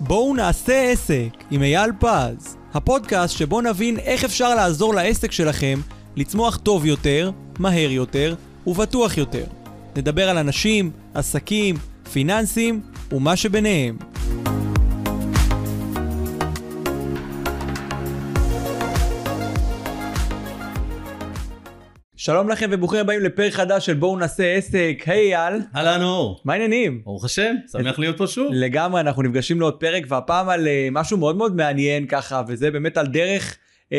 בואו נעשה עסק עם אייל פז, הפודקאסט שבו נבין איך אפשר לעזור לעסק שלכם לצמוח טוב יותר, מהר יותר ובטוח יותר. נדבר על אנשים, עסקים, פיננסים ומה שביניהם. שלום לכם וברוכים הבאים לפרק חדש של בואו נעשה עסק. היי אייל. אהלן אור. מה העניינים? ברוך השם, שמח להיות פה שוב. לגמרי, אנחנו נפגשים לעוד פרק והפעם על משהו מאוד מאוד מעניין ככה, וזה באמת על דרך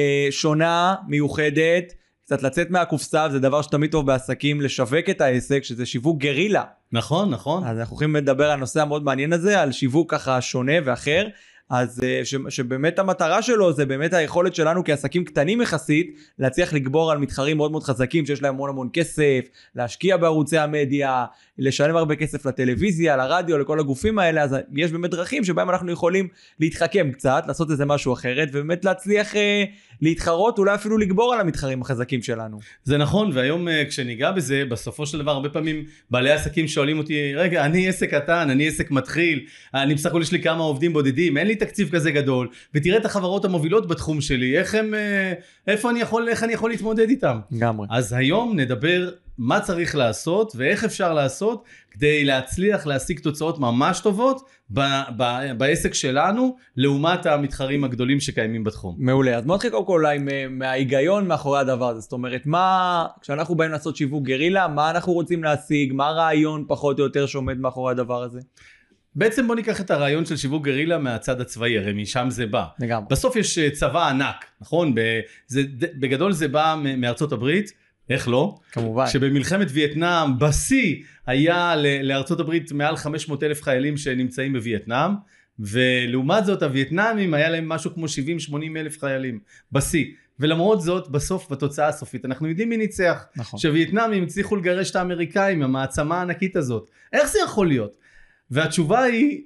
שונה, מיוחדת, קצת לצאת מהקופסה, זה דבר שתמיד טוב בעסקים, לשווק את העסק, שזה שיווק גרילה. נכון, נכון. אז אנחנו יכולים לדבר על הנושא המאוד מעניין הזה, על שיווק ככה שונה ואחר, אז שבאמת המטרה שלו זה באמת היכולת שלנו כעסקים קטנים יחסית, להצליח לגבור על מתחרים מאוד מאוד חזקים, שיש להם המון כסף, להשקיע בערוצי המדיה, לשלם הרבה כסף לטלוויזיה, לרדיו, לכל הגופים האלה, אז יש באמת דרכים שבהם אנחנו יכולים להתחכם קצת, לעשות איזה משהו אחרת, ובאמת להצליח להתחרות, אולי אפילו לגבור על המתחרים החזקים שלנו. זה נכון, והיום כשניגע בזה, בסופו של דבר, הרבה פעמים בעלי עסקים שואלים אותי, רגע, אני עסק קטן, אני עסק מתחיל, אני בסך הכל יש לי כמה עובדים בודדים, אין לי תקציב כזה גדול, ותראה את החברות המובילות בתחום שלי, איך אני יכול להתמודד איתם. לגמרי. אז היום נדבר מה צריך לעשות ואיך אפשר לעשות כדי להצליח להשיג תוצאות ממש טובות בעסק שלנו לעומת המתחרים הגדולים שקיימים בתחום. מעולה. אז בוא נתחיל קודם כל אולי מההיגיון מאחורי הדבר הזה. זאת אומרת, כשאנחנו באים לעשות שיווק גרילה, מה אנחנו רוצים להשיג, מה הרעיון פחות או יותר שעומד מאחורי הדבר הזה? בעצם בוא ניקח את הרעיון של שיווק גרילה מהצד הצבאי, הרי משם זה בא. לגמרי. בסוף יש צבא ענק, נכון? בגדול זה בא מארצות הברית, איך לא? כמובן. שבמלחמת וייטנאם, בשיא, היה לארצות הברית מעל 500,000 חיילים שנמצאים בווייטנאם, ולעומת זאת הווייטנאמים היה להם משהו כמו 70-80 אלף חיילים, בשיא. ולמרות זאת, בסוף, בתוצאה הסופית, אנחנו יודעים מי ניצח. נכון. שווייטנאמים הצליחו לגרש את האמריקאים, המעצמה הענקית הזאת. איך זה יכול להיות? והתשובה היא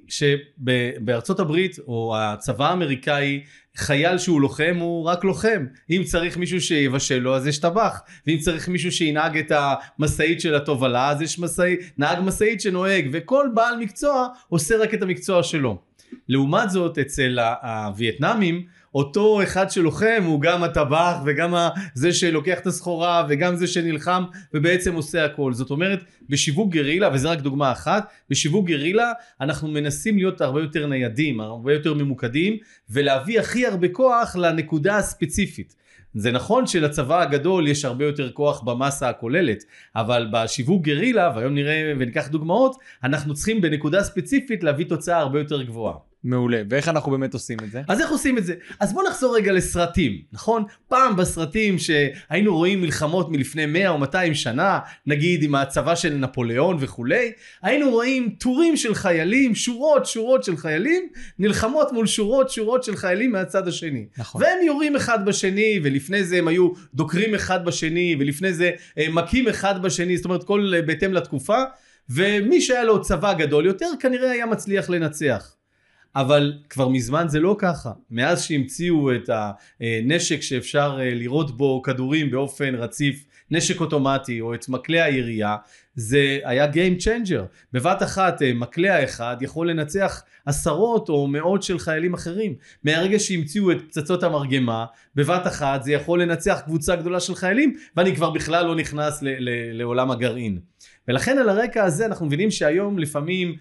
שבארצות הברית או הצבא האמריקאי, חייל שהוא לוחם הוא רק לוחם. אם צריך מישהו שיבשל לו אז יש טבח, ואם צריך מישהו שינהג את המסעית של התובלה אז יש נהג מסעית שנוהג, וכל בעל מקצוע עושה רק את המקצוע שלו. לעומת זאת אצל הווייטנאמים, אותו אחד שלוחם הוא גם הטבח וגם זה שלוקח את הסחורה וגם זה שנלחם ובעצם עושה הכל. זאת אומרת, בשיווק גרילה, וזה רק דוגמה אחת, בשיווק גרילה אנחנו מנסים להיות הרבה יותר ניידים, הרבה יותר ממוקדים, ולהביא הכי הרבה כוח לנקודה הספציפית. זה נכון שלצבא הגדול יש הרבה יותר כוח במסה הכוללת, אבל בשיווק גרילה, והיום נראה וניקח דוגמאות, אנחנו צריכים בנקודה ספציפית להביא תוצאה הרבה יותר גבוהה. מעולה. ואיך אנחנו באמת עושים את זה? אז איך עושים את זה? אז בוא נחזור רגע לסרטים, נכון? פעם בסרטים שהיינו רואים מלחמות מלפני 100 או 200 שנה, נגיד עם הצבא של נפוליאון וכולי, היינו רואים טורים של חיילים, שורות של חיילים, נלחמות מול שורות של חיילים מהצד השני. נכון. והם יורים אחד בשני, ולפני זה הם היו דוקרים אחד בשני, ולפני זה מכים אחד בשני, זאת אומרת כל בהתאם לתקופה, ומי שהיה לו צבא גדול יותר כנראה היה מצליח לנצח. אבל כבר מזמן זה לא ככה. מאז שהמציאו את הנשק שאפשר לראות בו כדורים באופן רציף, נשק אוטומטי או את מקלע הירייה, זה היה game changer. בבת אחת מקלע אחד יכול לנצח עשרות או מאות של חיילים אחרים. מהרגע שהמציאו את פצצות המרגמה, בבת אחת זה יכול לנצח קבוצה גדולה של חיילים, ואני כבר בכלל לא נכנס לעולם הגרעין. ולכן על הרקע הזה אנחנו מבינים שהיום לפעמים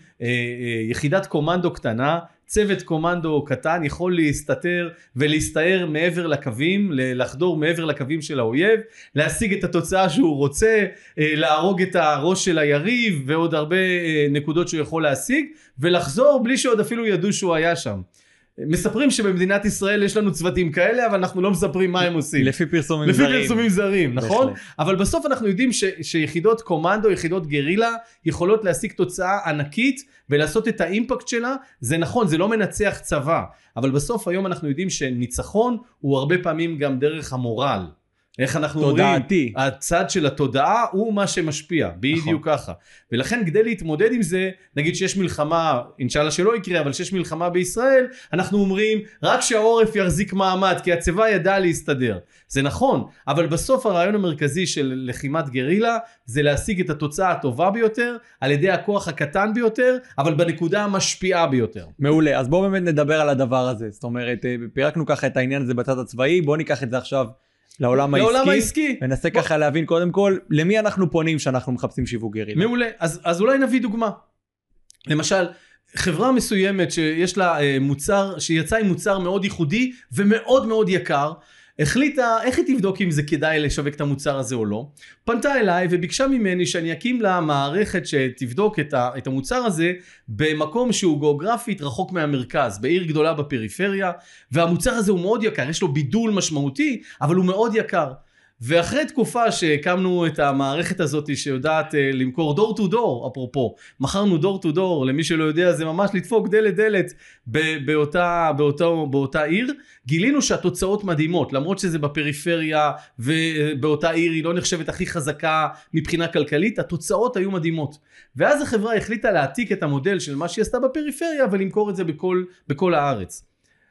יחידת קומנדו קטנה, צוות קומנדו קטן יכול להסתתר ולהסתער מעבר לקווים, לחדור מעבר לקווים של האויב, להשיג את התוצאה שהוא רוצה, להרוג את הראש של היריב ועוד הרבה נקודות שהוא יכול להשיג, ולחזור בלי שעוד אפילו ידעו שהוא היה שם. מספרים שבמדינת ישראל יש לנו צוותים כאלה, אבל אנחנו לא מספרים מה הם עושים. לפי פרסומים זרים, נכון? אבל בסוף אנחנו יודעים שיחידות קומנדו, יחידות גרילה, יכולות להשיג תוצאה ענקית, ולעשות את האימפקט שלה. זה נכון, זה לא מנצח צבא, אבל בסוף היום אנחנו יודעים שניצחון הוא הרבה פעמים גם דרך המורל. איך אנחנו תודעתי. אומרים, הצד של התודעה הוא מה שמשפיע, בדיוק ככה. ולכן כדי להתמודד עם זה, נגיד שיש מלחמה, אינשאללה שלא יקרה, אבל שיש מלחמה בישראל, אנחנו אומרים, רק שהעורף יחזיק מעמד, כי הצבא ידע להסתדר. זה נכון, אבל בסוף הרעיון המרכזי של לחימת גרילה, זה להשיג את התוצאה הטובה ביותר, על ידי הכוח הקטן ביותר, אבל בנקודה המשפיעה ביותר. מעולה, אז בואו באמת נדבר על הדבר הזה. זאת אומרת, פירקנו ככה את העניין הזה בצד הצבאי, בואו ניקח את זה עכשיו לעולם העסקי, וננסה ככה להבין קודם כל, למי אנחנו פונים שאנחנו מחפשים שיווק גרילה. מעולה, אז אולי נביא דוגמה. למשל, חברה מסוימת שיש לה מוצר, שיצא עם מוצר מאוד ייחודי ומאוד מאוד יקר, החליטה איך היא תבדוק אם זה כדאי לשווק את המוצר הזה או לא. פנתה אליי וביקשה ממני שאני אקים לה מערכת שתבדוק את המוצר הזה במקום שהוא גיאוגרפית רחוק מהמרכז, בעיר גדולה בפריפריה, והמוצר הזה הוא מאוד יקר, יש לו בידול משמעותי, אבל הוא מאוד יקר. ואחרי תקופה שהקמנו את המערכת הזאת שיודעת למכור דור טו דור, אפרופו, מכרנו דור טו דור, למי שלא יודע זה ממש לדפוק דלת דלת באותה עיר, גילינו שהתוצאות מדהימות, למרות שזה בפריפריה ובאותה עיר היא לא נחשבת הכי חזקה מבחינה כלכלית, התוצאות היו מדהימות. ואז החברה החליטה להעתיק את המודל של מה שהיא עשתה בפריפריה ולמכור את זה בכל הארץ.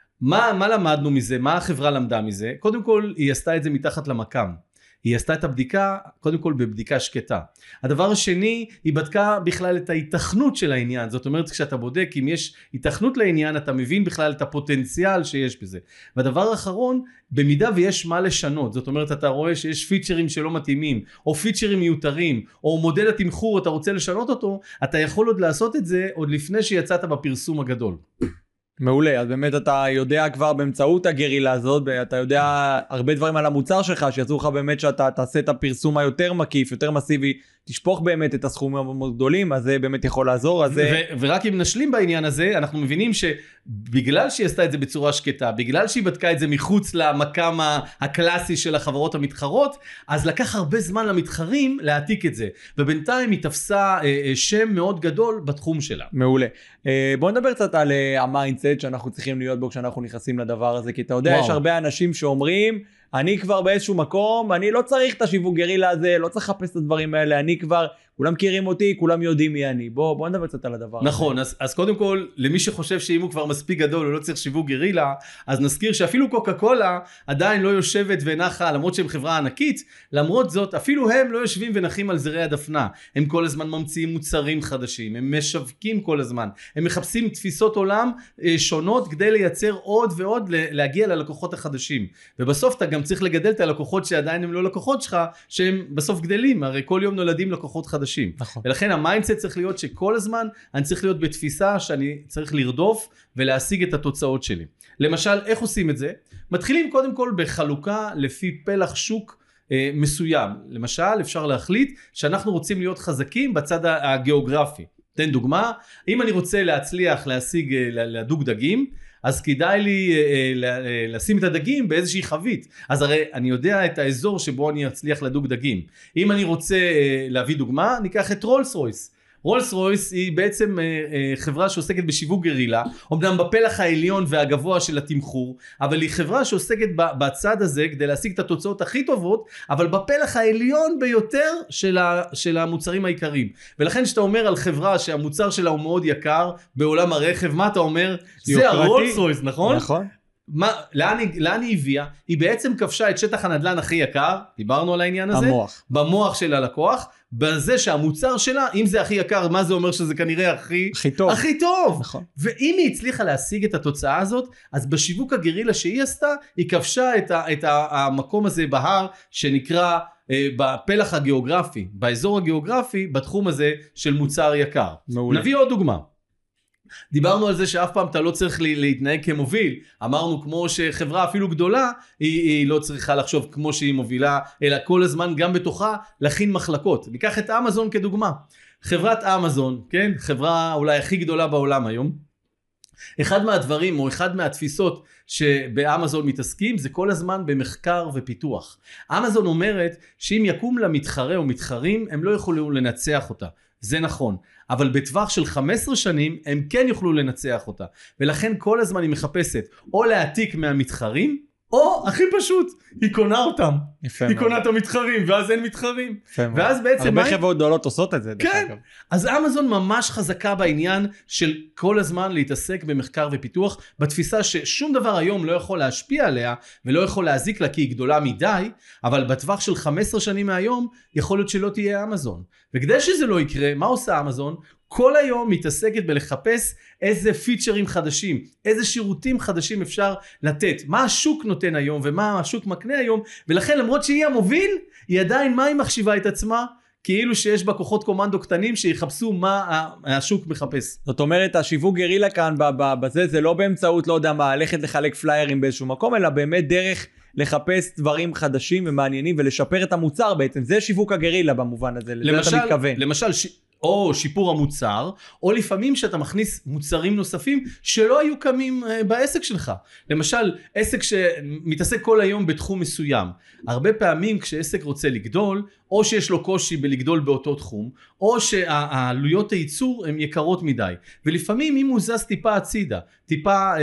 מה למדנו מזה? מה החברה למדה מזה? קודם כל, היא עשתה את זה מתחת למקם. היא עשתה את הבדיקה, קודם כל בבדיקה שקטה. הדבר השני, היא בדקה בכלל את ההיתכנות של העניין. זאת אומרת, כשאתה בודק אם יש היתכנות לעניין, אתה מבין בכלל את הפוטנציאל שיש בזה. והדבר האחרון, במידה ויש מה לשנות, זאת אומרת, אתה רואה שיש פיצ'רים שלא מתאימים, או פיצ'רים מיותרים, או מודל התמחור, אתה רוצה לשנות אותו, אתה יכול עוד לעשות את זה עוד לפני שיצאת בפרסום הגדול. מעולה, אז באמת אתה יודע כבר באמצעות הגרילה הזאת, אתה יודע הרבה דברים על המוצר שלך, שיעזרו לך באמת שאתה תעשה את הפרסום היותר מקיף, יותר מסיבי, תשפוך באמת את הסכומים המאוד גדולים, אז זה באמת יכול לעזור. ורק אם נשלים בעניין הזה, אנחנו מבינים שבגלל שהיא עשתה את זה בצורה שקטה, בגלל שהיא בדקה את זה מחוץ למקם הקלאסי של החברות המתחרות, אז לקח הרבה זמן למתחרים להעתיק את זה, ובינתיים היא תפסה שם מאוד גדול בתחום שלה. מעולה. בואו נדבר קצת על המיינדסט שאנחנו צריכים להיות בו כשאנחנו נכנסים לדבר הזה, כי אתה יודע, יש הרבה אנשים שאומרים, אני כבר באיזשהו מקום, אני לא צריך את השיווק גרילה הזה, לא צריך לחפש את הדברים האלה, אני כבר, כולם מכירים אותי, כולם יודעים מי אני. בוא נדבר קצת על הדבר הזה. נכון, אז קודם כל, למי שחושב שאם הוא כבר מספיק גדול, הוא לא צריך שיווק גרילה, אז נזכיר שאפילו קוקה קולה עדיין לא יושבת ונחה, למרות שהם חברה ענקית, למרות זאת, אפילו הם לא יושבים ונחים על זרי הדפנה. הם כל הזמן ממציאים מוצרים חדשים, הם משווקים כל הזמן, הם מחפשים תפיסות עולם שונות כדי לייצר עוד ועוד, להגיע ללקוחות החדשים. ובסוף אתה גם צריך לגדל את הלקוחות שעדיין הם לא לקוחות שלך, שהם בסוף גדלים, הרי כל יום נולדים לקוחות חדשים. נכון. ולכן המיינדסט צריך להיות שכל הזמן אני צריך להיות בתפיסה שאני צריך לרדוף ולהשיג את התוצאות שלי. למשל, איך עושים את זה? מתחילים קודם כל בחלוקה לפי פלח שוק מסוים. למשל, אפשר להחליט שאנחנו רוצים להיות חזקים בצד הגיאוגרפי. תן דוגמה, אם אני רוצה להצליח להשיג לדוג דגים, אז כדאי לי לשים את הדגים באיזושהי חבית. אז הרי אני יודע את האזור שבו אני אצליח לדוג דגים. אם אני רוצה להביא דוגמה, ניקח את רולס רויס. רולס רויס היא בעצם חברה שעוסקת בשיווק גרילה, אומנם בפלח העליון והגבוה של התמחור, אבל היא חברה שעוסקת בצד הזה כדי להשיג את התוצאות הכי טובות, אבל בפלח העליון ביותר של המוצרים העיקריים. ולכן שאתה אומר על חברה שהמוצר שלה הוא מאוד יקר בעולם הרכב, מה אתה אומר? זה הרולס רויס, נכון? נכון. לאן היא הביאה? היא בעצם כבשה את שטח הנדלן הכי יקר, דיברנו על העניין הזה, במוח של הלקוח, בזה שהמוצר שלה, אם זה הכי יקר, מה זה אומר שזה כנראה הכי טוב. נכון. ואם היא הצליחה להשיג את התוצאה הזאת, אז בשיווק הגרילה שהיא עשתה, היא כבשה את המקום הזה בהר, שנקרא בפלח הגיאוגרפי, באזור הגיאוגרפי, בתחום הזה של מוצר יקר. מעולה. נביא עוד דוגמה. דיברנו על זה שאף פעם אתה לא צריך להתנהג כמוביל, אמרנו כמו שחברה אפילו גדולה היא לא צריכה לחשוב כמו שהיא מובילה, אלא כל הזמן גם בתוכה להכין מחלקות. ניקח את אמזון כדוגמה, חברת אמזון, כן? חברה אולי הכי גדולה בעולם היום, אחד מהדברים או אחד מהתפיסות שבאמזון מתעסקים זה כל הזמן במחקר ופיתוח. אמזון אומרת שאם יקום לה מתחרה או מתחרים הם לא יכולו לנצח אותה. זה נכון, אבל בטווח של 15 שנים הם כן יוכלו לנצח אותה, ולכן כל הזמן היא מחפשת או להעתיק מהמתחרים, או הכי פשוט, היא קונה אותם. יפה היא מאוד. קונה את המתחרים, ואז אין מתחרים. יפה מאוד. ואז בעצם... הרבה חברות גדולות עושות את זה, דרך כן. אגב. אז אמזון ממש חזקה בעניין של כל הזמן להתעסק במחקר ופיתוח, בתפיסה ששום דבר היום לא יכול להשפיע עליה, ולא יכול להזיק לה כי היא גדולה מדי, אבל בטווח של 15 שנים מהיום, יכול להיות שלא תהיה אמזון. וכדי שזה לא יקרה, מה עושה אמזון? כל היום מתעסקת בלחפש איזה פיצ'רים חדשים, איזה שירותים חדשים אפשר לתת, מה השוק נותן היום ומה השוק מקנה היום, ולכן למרות שהיא המוביל, היא עדיין מה היא מחשיבה את עצמה, כאילו שיש בה כוחות קומנדו קטנים שיחפשו מה השוק מחפש. זאת אומרת, השיווק גרילה כאן בזה, זה לא באמצעות, לא יודע מה, ללכת לחלק פליירים באיזשהו מקום, אלא באמת דרך לחפש דברים חדשים ומעניינים ולשפר את המוצר בעצם. זה שיווק הגרילה במובן הזה, לזה אתה מתכוון. למשל, או שיפור המוצר, או לפעמים שאתה מכניס מוצרים נוספים שלא היו קמים בעסק שלך. למשל, עסק שמתעסק כל היום בתחום מסוים. הרבה פעמים כשעסק רוצה לגדול, או שיש לו קושי בלגדול באותו תחום, או שהעלויות הייצור הן יקרות מדי. ולפעמים אם הוא זז טיפה הצידה, טיפה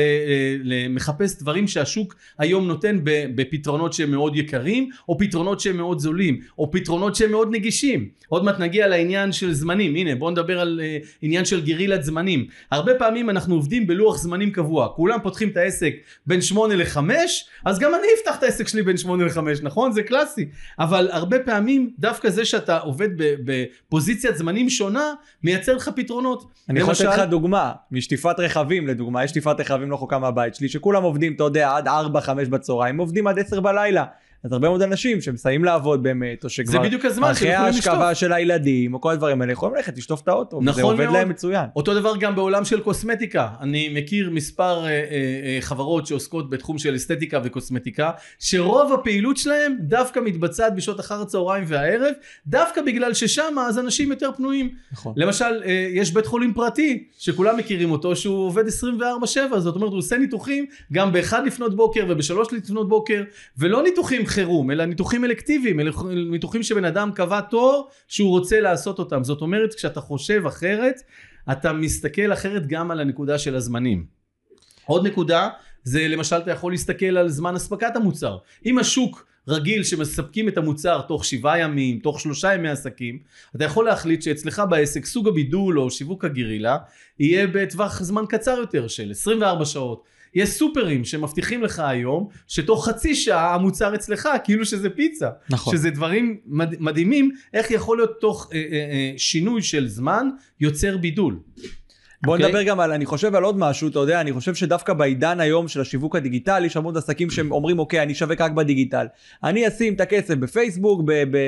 מחפש דברים שהשוק היום נותן בפתרונות שהם מאוד יקרים, או פתרונות שהם מאוד זולים, או פתרונות שהם מאוד נגישים. עוד מעט נגיע לעניין של זמנים. הנה, בואו נדבר על עניין של גרילת זמנים. הרבה פעמים אנחנו עובדים בלוח זמנים קבוע. כולם פותחים את העסק בין 8 ל-5, אז גם אני אפתח את העסק שלי בין 8 ל-5, נכון? זה קלאסי. אבל הרבה פעמים דווקא זה שאתה עובד בפוזיציית זמנים שונה, מייצר לך פתרונות. אני יכול לתת לך דוגמה, משטיפת רכבים לדוגמה, יש שטיפת רכבים לא חוקה מהבית שלי, שכולם עובדים, אתה יודע, עד 4-5 בצהריים, עובדים עד 10 בלילה. אז הרבה מאוד אנשים שמסיימים לעבוד באמת, או שכבר אחרי ההשכבה של הילדים, או כל הדברים האלה, יכולים ללכת לשטוף את האוטו, וזה עובד להם מצוין. אותו דבר גם בעולם של קוסמטיקה, אני מכיר מספר חברות שעוסקות בתחום של אסתטיקה וקוסמטיקה, שרוב הפעילות שלהם דווקא מתבצעת בשעות אחר הצהריים והערב, דווקא בגלל ששם אז אנשים יותר פנויים. למשל, יש בית חולים פרטי, שכולם מכירים אותו, שהוא עובד 24/7, זאת אומרת, הוא עושה ניתוחים גם ב-1 לפנות בוקר וב-3 לפנות בוקר, ולא ניתוחים חירום, אלא ניתוחים אלקטיביים, אלא ניתוחים שבן אדם קבע תור שהוא רוצה לעשות אותם. זאת אומרת, כשאתה חושב אחרת, אתה מסתכל אחרת גם על הנקודה של הזמנים. עוד נקודה, זה למשל אתה יכול להסתכל על זמן הספקת המוצר. אם השוק רגיל שמספקים את המוצר תוך 7 ימים, תוך 3 ימי עסקים, אתה יכול להחליט שאצלך בעסק סוג הבידול או שיווק הגרילה, יהיה בטווח זמן קצר יותר של 24 שעות. יש סופרים שמבטיחים לך היום שתוך חצי שעה המוצר אצלך כאילו שזה פיצה. נכון. שזה דברים מדהימים איך יכול להיות תוך שינוי של זמן יוצר בידול. בוא נדבר גם על, אני חושב על עוד משהו, אתה יודע, אני חושב שדווקא בעידן היום של השיווק הדיגיטלי, יש המון עסקים שאומרים, אוקיי, אני אשווק רק בדיגיטל. אני אשים את הכסף בפייסבוק,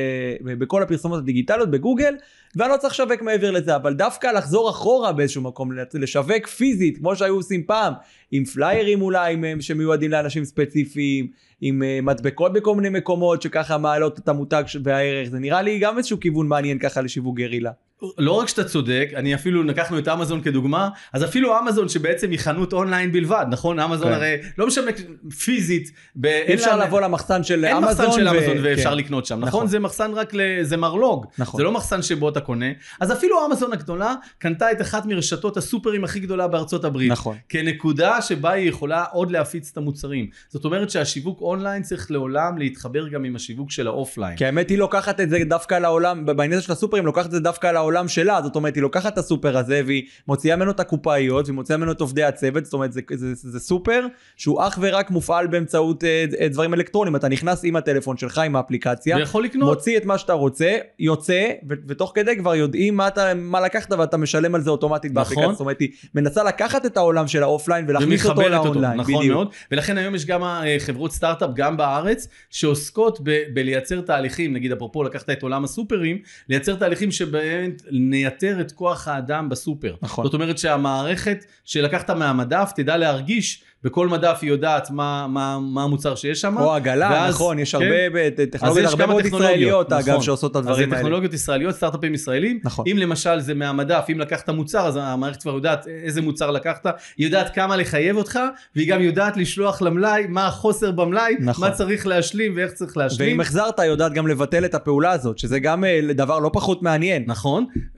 בכל הפרסומות הדיגיטליות, בגוגל, ואני לא צריך לשווק מעבר לזה, אבל דווקא לחזור אחורה באיזשהו מקום, לשווק פיזית, כמו שהיו עושים פעם, עם פליירים אולי, שמיועדים לאנשים ספציפיים, עם מדבקות בכל מיני מקומות, שככה מעלות את המותג והערך, זה נראה לי גם איזשהו כיוון מעניין ככה לשיווק גרילה. לא רק שאתה צודק, אני אפילו לקחנו את אמזון כדוגמה, אז אפילו אמזון שבעצם היא חנות אונליין בלבד, נכון? אמזון הרי לא משנה פיזית. אי אפשר לבוא למחסן של אמזון. אין מחסן של אמזון ואפשר לקנות שם, נכון? זה מחסן רק זה מרלוג, זה לא מחסן שבו אתה קונה. אז אפילו אמזון הגדולה קנתה את אחת מרשתות הסופרים הכי גדולה בארצות הברית. נכון. כנקודה שבה היא יכולה עוד להפיץ את המוצרים. זאת אומרת שהשיווק אונליין צריך לעולם להתחבר גם עם השיווק של האופליין. כי האמת היא לוקחת את זה דווקא לעולם, בעניין של הסופרים לוקחת את זה דווקא לעולם שלה, זאת אומרת, היא לוקחת את הסופר הזה, והיא מוציאה ממנו את הקופאיות, והיא מוציאה ממנו את עובדי הצוות, זאת אומרת, זה סופר, שהוא אך ורק מופעל באמצעות דברים אלקטרוניים, אתה נכנס עם הטלפון שלך, עם האפליקציה, מוציא את מה שאתה רוצה, יוצא, ותוך כדי כבר יודעים מה לקחת, ואתה משלם על זה אוטומטית באפליקציה, זאת אומרת, היא מנסה לקחת את העולם של האופליין, ולהכניס אותו לאונליין, נכון מאוד, ולכן היום יש גם חברות סטארט-אפ, גם בארץ, שעוסקות בלייצר תהליכים, נגיד, אפרופו, לקחת את עולם הסופרים, לייצר תהליכים שבהם נייתר את כוח האדם בסופר. נכון. זאת אומרת שהמערכת שלקחת מהמדף תדע להרגיש, בכל מדף היא יודעת מה המוצר שיש שם. או עגלה, נכון, יש הרבה טכנולוגיות, הרבה מאוד ישראליות, אגב, שעושות את הדברים האלה. אז זה טכנולוגיות ישראליות, סטארט-אפים ישראלים. נכון. אם למשל זה מהמדף, אם לקחת מוצר, אז המערכת כבר יודעת איזה מוצר לקחת, היא יודעת כמה לחייב אותך, והיא גם יודעת לשלוח למלאי, מה החוסר במלאי, מה צריך להשלים ואיך צריך להשלים. ואם החזרת, יודעת גם לבטל את הפעולה הזאת, שזה גם דבר לא פחות מעניין. נכון.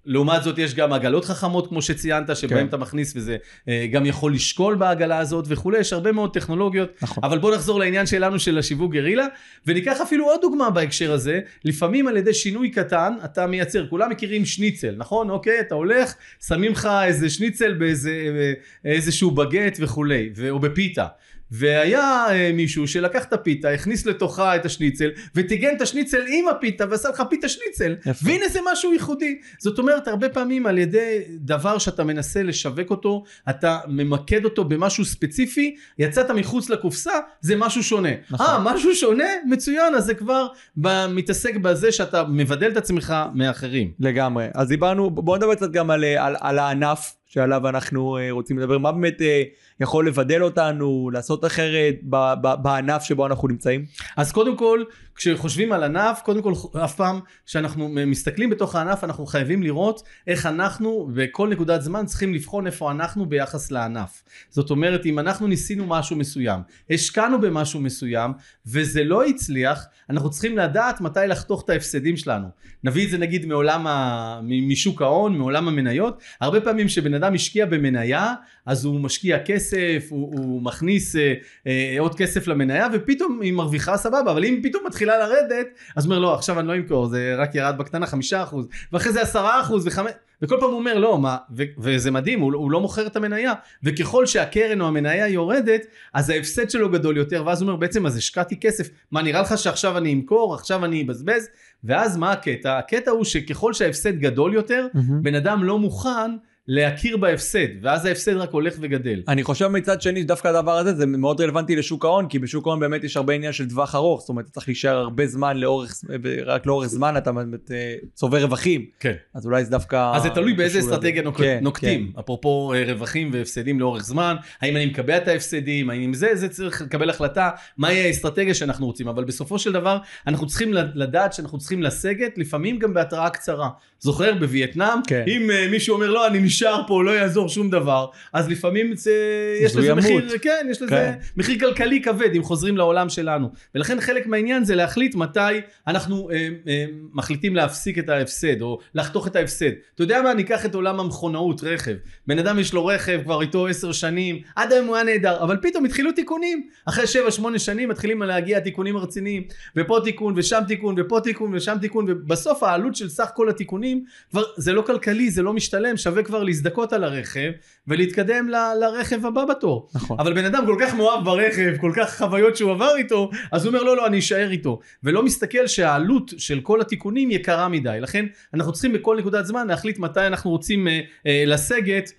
לעומת זאת יש גם עגלות חכמות כמו שציינת, שבהם אתה מכניס וזה גם יכול לשקול בעגלה הזאת וכו', יש הרבה מאוד טכנולוגיות, אבל בוא נחזור לעניין שלנו של השיווק גרילה, וניקח אפילו עוד דוגמה בהקשר הזה, לפעמים על ידי שינוי קטן, אתה מייצר, כולם מכירים שניצל, נכון? אוקיי, אתה הולך, שמים לך איזה שניצל באיזשהו בגט וכו', או בפיתה. והיה מישהו שלקח את הפיתה, הכניס לתוכה את השניצל, וטיגן את השניצל עם הפיתה, ועשה לך פיתה שניצל, והנה זה משהו ייחודי. זאת אומרת, הרבה פעמים על ידי דבר שאתה מנסה לשווק אותו, אתה ממקד אותו במשהו ספציפי, יצאת מחוץ לקופסה, זה משהו שונה. משהו שונה? מצוין, אז זה כבר מתעסק בזה שאתה מבדל את עצמך מאחרים. לגמרי. אז דיברנו, בואו נדבר קצת גם על הענף, שעליו אנחנו רוצים לדבר, מה באמת יכול לבדל אותנו, לעשות אחרת בענף שבו אנחנו נמצאים? אז קודם כל, כשחושבים על ענף, קודם כל אף פעם שאנחנו מסתכלים בתוך הענף, אנחנו חייבים לראות איך אנחנו בכל נקודת זמן צריכים לבחון איפה אנחנו ביחס לענף. זאת אומרת, אם אנחנו ניסינו משהו מסוים, השקענו במשהו מסוים, וזה לא הצליח, אנחנו צריכים לדעת מתי לחתוך את ההפסדים שלנו. נביא את זה נגיד משוק ההון, מעולם המניות. הרבה פעמים שבן אדם השקיע במניה, אז הוא משקיע כסף, הוא מכניס עוד כסף למניה, ופתאום היא מרוויחה סבבה, אבל אם פתאום מתחילה לרדת, אז הוא אומר, לא, עכשיו אני לא אמכור, זה רק ירד בקטנה 5%, ואחרי זה 10%, וכל פעם הוא אומר, לא, מה, וזה מדהים, הוא לא מוכר את המניה, וככל שהקרן או המניה יורדת, אז ההפסד שלו גדול יותר, ואז הוא אומר, בעצם, אז השקעתי כסף, מה, נראה לך שעכשיו אני אמכור, עכשיו אני אבזבז, ואז מה הקטע? הקטע הוא שככל שההפסד גדול יותר, בן אדם לא מוכן להכיר בהפסד, ואז ההפסד רק הולך וגדל. אני חושב מצד שני, דווקא הדבר הזה, זה מאוד רלוונטי לשוק ההון, כי בשוק ההון באמת יש הרבה עניין של טווח ארוך, זאת אומרת, אתה צריך להישאר הרבה זמן, רק לאורך זמן אתה צובר רווחים. כן. אז אולי זה דווקא... אז זה תלוי באיזה אסטרטגיה נוקטים. אפרופו רווחים והפסדים לאורך זמן, האם אני מקבע את ההפסדים, האם זה צריך לקבל החלטה, מהי האסטרטגיה שאנחנו רוצים, אבל בסופו של דבר, אנחנו צריכים לדעת שאנחנו צריכים לסגת, לפעמים גם בהתראה קצרה. זוכר בווייטנאם, אם מישהו אומר לא, אני נשאר פה, לא יעזור שום דבר, אז לפעמים יש לזה מחיר, כן, יש לזה מחיר כלכלי כבד, אם חוזרים לעולם שלנו. ולכן חלק מהעניין זה להחליט מתי אנחנו מחליטים להפסיק את ההפסד, או לחתוך את ההפסד. אתה יודע מה? ניקח את עולם המכונאות, רכב. בן אדם יש לו רכב כבר איתו 10 שנים, עד היום הוא היה נהדר, אבל פתאום התחילו תיקונים. אחרי 7-8 שנים מתחילים להגיע תיקונים הרציניים, ופה תיקון, ושם תיקון, ופה תיקון, ושם תיקון, ובסוף העלות של סך כל התיקונים כבר זה לא כלכלי, זה לא משתלם, שווה כבר להזדקות על הרכב ולהתקדם לרכב הבא בתור. נכון. אבל בן אדם כל כך מאוהב ברכב, כל כך חוויות שהוא עבר איתו, אז הוא אומר לא, אני אשאר איתו. ולא מסתכל שהעלות של כל התיקונים יקרה מדי. לכן אנחנו צריכים בכל נקודת זמן להחליט מתי אנחנו רוצים לסגת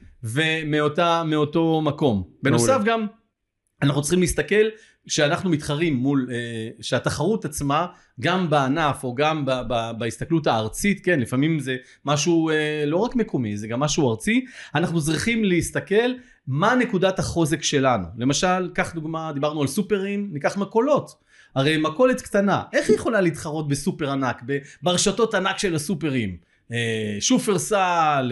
ומאותו מקום. בנוסף גם אנחנו צריכים להסתכל שאנחנו מתחרים מול, שהתחרות עצמה, גם בענף או גם בהסתכלות הארצית, כן, לפעמים זה משהו לא רק מקומי, זה גם משהו ארצי, אנחנו צריכים להסתכל מה נקודת החוזק שלנו. למשל, כך דוגמה, דיברנו על סופרים, ניקח מכולות. הרי מכולת קטנה, איך היא יכולה להתחרות בסופר ענק, ברשתות ענק של הסופרים? שופרסל,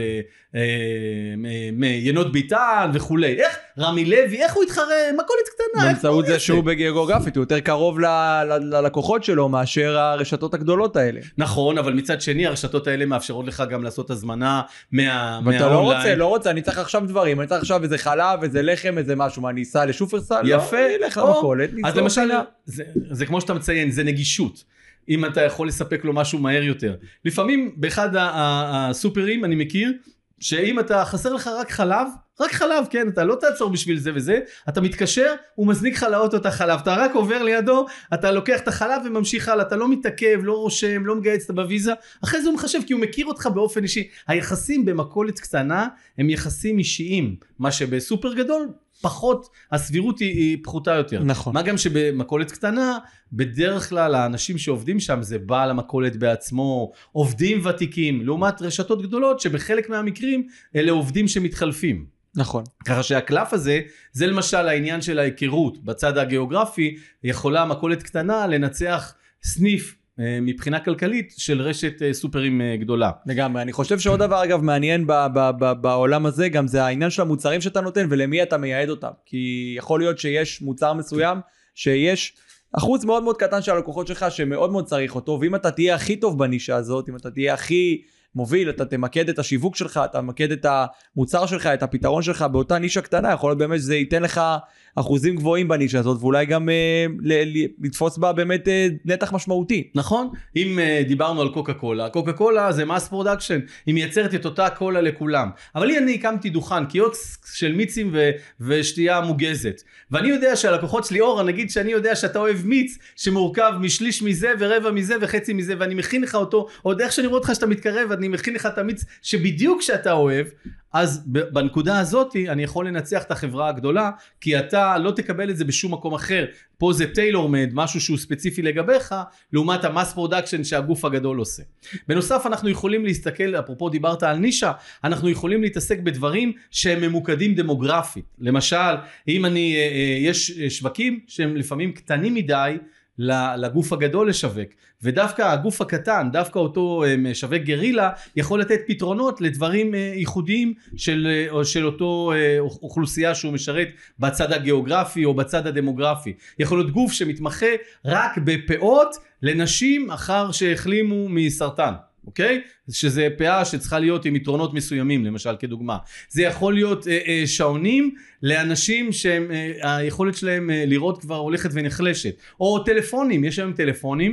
ינות ביטן וכולי. איך רמי לוי, איך הוא יתחרה? מכולת קטנה. באמצעות זה שהוא בגיאוגרפית, הוא יותר קרוב ללקוחות שלו מאשר הרשתות הגדולות האלה. נכון, אבל מצד שני הרשתות האלה מאפשרות לך גם לעשות הזמנה ואתה לא רוצה, אני צריך עכשיו דברים, אני צריך עכשיו איזה חלב, איזה לחם, איזה משהו, מה, אני אסע לשופרסל? יפה. לא, נלך למכולת. אז למשל, זה כמו שאתה מציין, זה נגישות. אם אתה יכול לספק לו משהו מהר יותר. לפעמים באחד הסופרים אני מכיר, שאם אתה חסר לך רק חלב, כן, אתה לא תעצור בשביל זה וזה, אתה מתקשר, הוא מזניק לך לאוטו את החלב, אתה רק עובר לידו, אתה לוקח את החלב וממשיך הלאה, אתה לא מתעכב, לא רושם, לא מגייץ את בוויזה, אחרי זה הוא מחשב כי הוא מכיר אותך באופן אישי. היחסים במכולת קטנה הם יחסים אישיים, מה שבסופר גדול, פחות, הסבירות היא פחותה יותר. נכון. מה גם שבמכולת קטנה, בדרך כלל האנשים שעובדים שם זה בעל המכולת בעצמו, עובדים ותיקים, לעומת רשתות גדולות שבחלק מהמקרים אלה עובדים שמתחלפים. נכון. ככה שהקלף הזה, זה למשל העניין של ההיכרות. בצד הגיאוגרפי יכולה מכולת קטנה לנצח סניף מבחינה כלכלית של רשת סופרים גדולה. לגמרי, אני חושב שעוד דבר אגב מעניין בעולם הזה, גם זה העניין של המוצרים שאתה נותן ולמי אתה מייעד אותם. כי יכול להיות שיש מוצר מסוים שיש אחוז מאוד מאוד קטן של הלקוחות שלך שמאוד מאוד צריך אותו, ואם אתה תהיה הכי טוב בנישה הזאת, אם אתה תהיה הכי מוביל, אתה תמקד את השיווק שלך, אתה תמקד את המוצר שלך, את הפתרון שלך באותה נישה קטנה, יכול להיות באמת שזה ייתן לך אחוזים גבוהים בנישה הזאת, ואולי גם לתפוס בה באמת נתח משמעותי. נכון, אם דיברנו על קוקה קולה, קוקה קולה זה מס פרודקשן, היא מייצרת את אותה קולה לכולם, אבל אני הקמתי דוכן, קיוסק של מיצים ושתייה מוגזת, ואני יודע שהלקוחות שלי, אורה, נגיד שאני יודע שאתה אוהב מיץ, שמורכב משליש מזה ורבע מזה וחצי מזה, ואני מכין לך אותו, עוד איך שאני רואה אותך שאתה מתקרב, אני מכין לך את המיץ שבדיוק שאתה אוהב, אז בנקודה הזאת אני יכול לנצח את החברה הגדולה, כי אתה לא תקבל את זה בשום מקום אחר. פה זה טיילור מד, משהו שהוא ספציפי לגביך, לעומת המס פרודקשן שהגוף הגדול עושה. בנוסף אנחנו יכולים להסתכל, אפרופו דיברת על נישה, אנחנו יכולים להתעסק בדברים שהם ממוקדים דמוגרפית. למשל, אם יש שווקים שהם לפעמים קטנים מדי, לגוף הגדול לשווק, ודווקא הגוף הקטן, דווקא אותו משווק גרילה, יכול לתת פתרונות לדברים ייחודיים של אותו אוכלוסייה שהוא משרת בצד הגיאוגרפי או בצד הדמוגרפי. יכול להיות גוף שמתמחה רק בפאות לנשים אחר שהחלימו מסרטן. אוקיי? שזה פאה שצריכה להיות עם יתרונות מסוימים, למשל כדוגמה. זה יכול להיות שעונים לאנשים שהיכולת שלהם לראות כבר הולכת ונחלשת. או טלפונים, יש היום טלפונים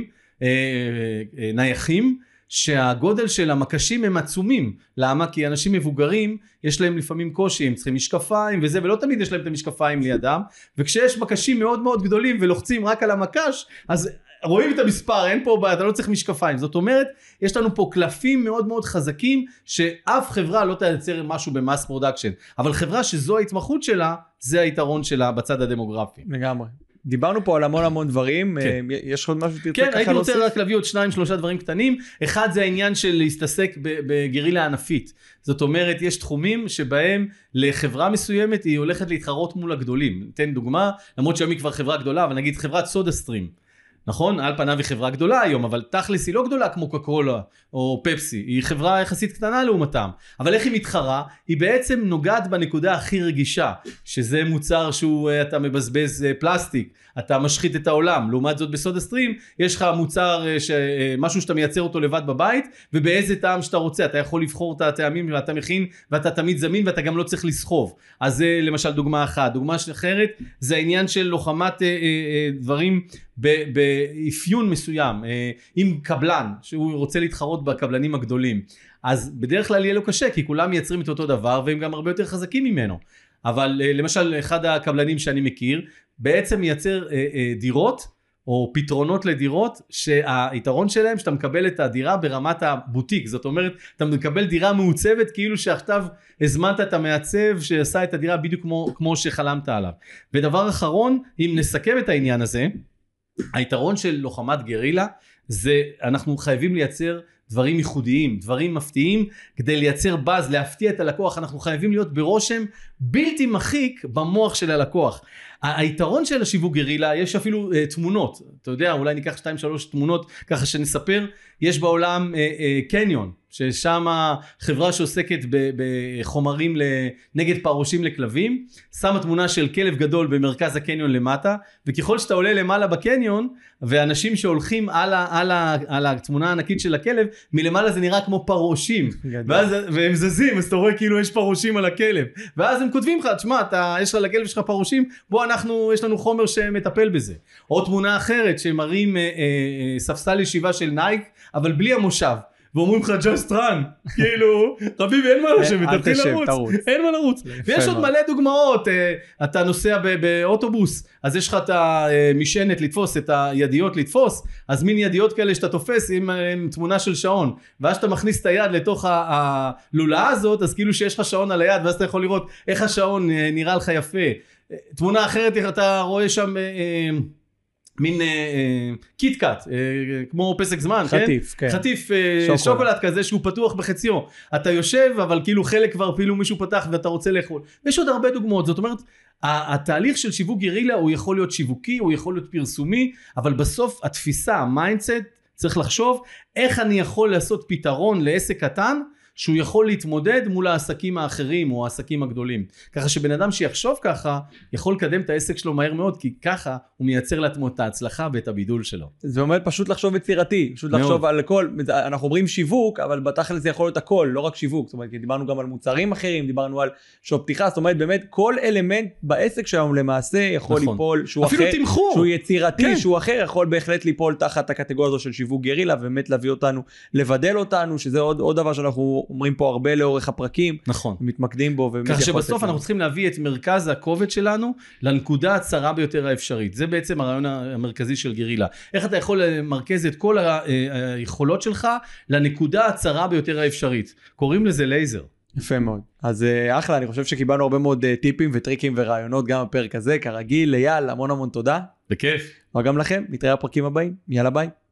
נייחים, שהגודל של המקשים הם עצומים. למה? כי אנשים מבוגרים, יש להם לפעמים קושי, הם צריכים משקפיים וזה, ולא תמיד יש להם את המשקפיים לידם, וכשיש מקשים מאוד מאוד גדולים ולוחצים רק על המקש, אז רואים את המספר, אין פה, אתה לא צריך משקפיים. זאת אומרת, יש לנו פה קלפים מאוד מאוד חזקים, שאף חברה לא תייצר משהו במס פרודקשן, אבל חברה שזו ההתמחות שלה, זה היתרון שלה בצד הדמוגרפי. לגמרי. דיברנו פה על המון דברים, כן. יש עוד משהו שתרצה ככה כן, הייתי רוצה רק להביא עוד 2-3 דברים קטנים. אחד זה העניין של להסתסק בגרילה ענפית. זאת אומרת, יש תחומים שבהם לחברה מסוימת היא הולכת להתחרות מול הגדולים. ניתן דוגמה, למרות שהיום היא כבר חברה גדולה, אבל נגיד חברת סודה סטרים. נכון? על פניו היא חברה גדולה היום, אבל תכלס היא לא גדולה כמו קוקה קולה או פפסי, היא חברה יחסית קטנה לעומתם. אבל איך היא מתחרה? היא בעצם נוגעת בנקודה הכי רגישה, שזה מוצר אתה מבזבז פלסטיק, אתה משחית את העולם. לעומת זאת בסודה סטרים, יש לך מוצר, משהו שאתה מייצר אותו לבד בבית, ובאיזה טעם שאתה רוצה, אתה יכול לבחור את הטעמים ואתה מכין, ואתה תמיד זמין, ואתה גם לא צריך לסחוב. אז זה למשל דוגמה אחת. דוגמה אחרת, זה העניין של לוחמת דברים באפיון מסוים. עם קבלן, שהוא רוצה להתחרות בקבלנים הגדולים. אז בדרך כלל יהיה לו קשה, כי כולם מייצרים את אותו דבר, והם גם הרבה יותר חזקים ממנו. אבל למשל, אחד הקבלנים שאני מכיר, בעצם מייצר דירות, או פתרונות לדירות, שהיתרון שלהם, שאתה מקבל את הדירה ברמת הבוטיק. זאת אומרת, אתה מקבל דירה מעוצבת, כאילו שעכשיו הזמנת את המעצב, שעשה את הדירה בדיוק כמו שחלמת עליו. ודבר אחרון, אם נסכם את העניין הזה, היתרון של לוחמת גרילה, זה אנחנו חייבים לייצר דברים ייחודיים, דברים מפתיעים, כדי לייצר באז, להפתיע את הלקוח, אנחנו חייבים להיות ברושם בלתי מחיק במוח של הלקוח. היתרון של השיווק גרילה, יש אפילו תמונות, אתה יודע, אולי ניקח 2-3 תמונות ככה שנספר, יש בעולם קניון, ששם חברה שעוסקת בחומרים נגד פרושים לכלבים, שמה תמונה של כלב גדול במרכז הקניון למטה, וככל שאתה עולה למעלה בקניון, ואנשים שהולכים על התמונה הענקית של הכלב, מלמעלה זה נראה כמו פרושים, והם זזים, אז אתה רואה כאילו יש פרושים על הכלב, ואז הם כותבים לך, תשמע, יש לך לכלב שלך פרושים, בוא יש לנו חומר שמטפל בזה. או תמונה אחרת שמראים ספסל ישיבה של נייק, אבל בלי המושב. ואומרים לך just run, כאילו, חביבי אין מה לשבת, תתחיל לרוץ, אין מה לרוץ. ויש עוד מלא דוגמאות, אתה נוסע באוטובוס, אז יש לך את המשענת לתפוס, את הידיות לתפוס, אז מין ידיות כאלה שאתה תופס עם תמונה של שעון, ואז שאתה מכניס את היד לתוך הלולאה הזאת, אז כאילו שיש לך שעון על היד, ואז אתה יכול לראות איך השעון נראה לך יפה. תמונה אחרת, אתה רואה שם מין קיטקאט, כמו פסק זמן, חטיף, כן? חטיף שוקולד כזה שהוא פתוח בחציו. אתה יושב, אבל כאילו חלק כבר אפילו מישהו פתח ואתה רוצה לאכול. ויש עוד הרבה דוגמאות, זאת אומרת, התהליך של שיווק גרילה הוא יכול להיות שיווקי, הוא יכול להיות פרסומי, אבל בסוף התפיסה, המיינדסט, צריך לחשוב איך אני יכול לעשות פתרון לעסק קטן, שהוא יכול להתמודד מול העסקים האחרים או העסקים הגדולים. ככה שבן אדם שיחשוב ככה, יכול לקדם את העסק שלו מהר מאוד, כי ככה הוא מייצר לעצמו את ההצלחה ואת הבידול שלו. זה אומר פשוט לחשוב יצירתי, פשוט לחשוב על כל, אנחנו אומרים שיווק, אבל בתכל'ס זה יכול להיות הכל, לא רק שיווק, זאת אומרת, דיברנו גם על מוצרים אחרים, דיברנו על שופ פתיחה, זאת אומרת, באמת כל אלמנט בעסק שלנו למעשה יכול ליפול, שהוא אחר, שהוא יצירתי, שהוא אחר, יכול בהחלט ליפול תחת הקטגוריה הזו של שיווק גרילה, ובאמת להביא אותנו, לבדל אותנו, שזה עוד דבר שאנחנו אומרים פה הרבה לאורך הפרקים, נכון. מתמקדים בו. כך שבסוף אנחנו צריכים להביא את מרכז הכובד שלנו לנקודה הצרה ביותר האפשרית. זה בעצם הרעיון המרכזי של גרילה. איך אתה יכול למרכז את כל היכולות שלך לנקודה הצרה ביותר האפשרית. קוראים לזה לייזר. יפה מאוד. אז אחלה, אני חושב שקיבלנו הרבה מאוד טיפים וטריקים ורעיונות גם בפרק הזה. כרגיל, אייל, המון המון תודה. בכיף. וגם לכם, נתראה בפרקים הבאים. יאללה ביי.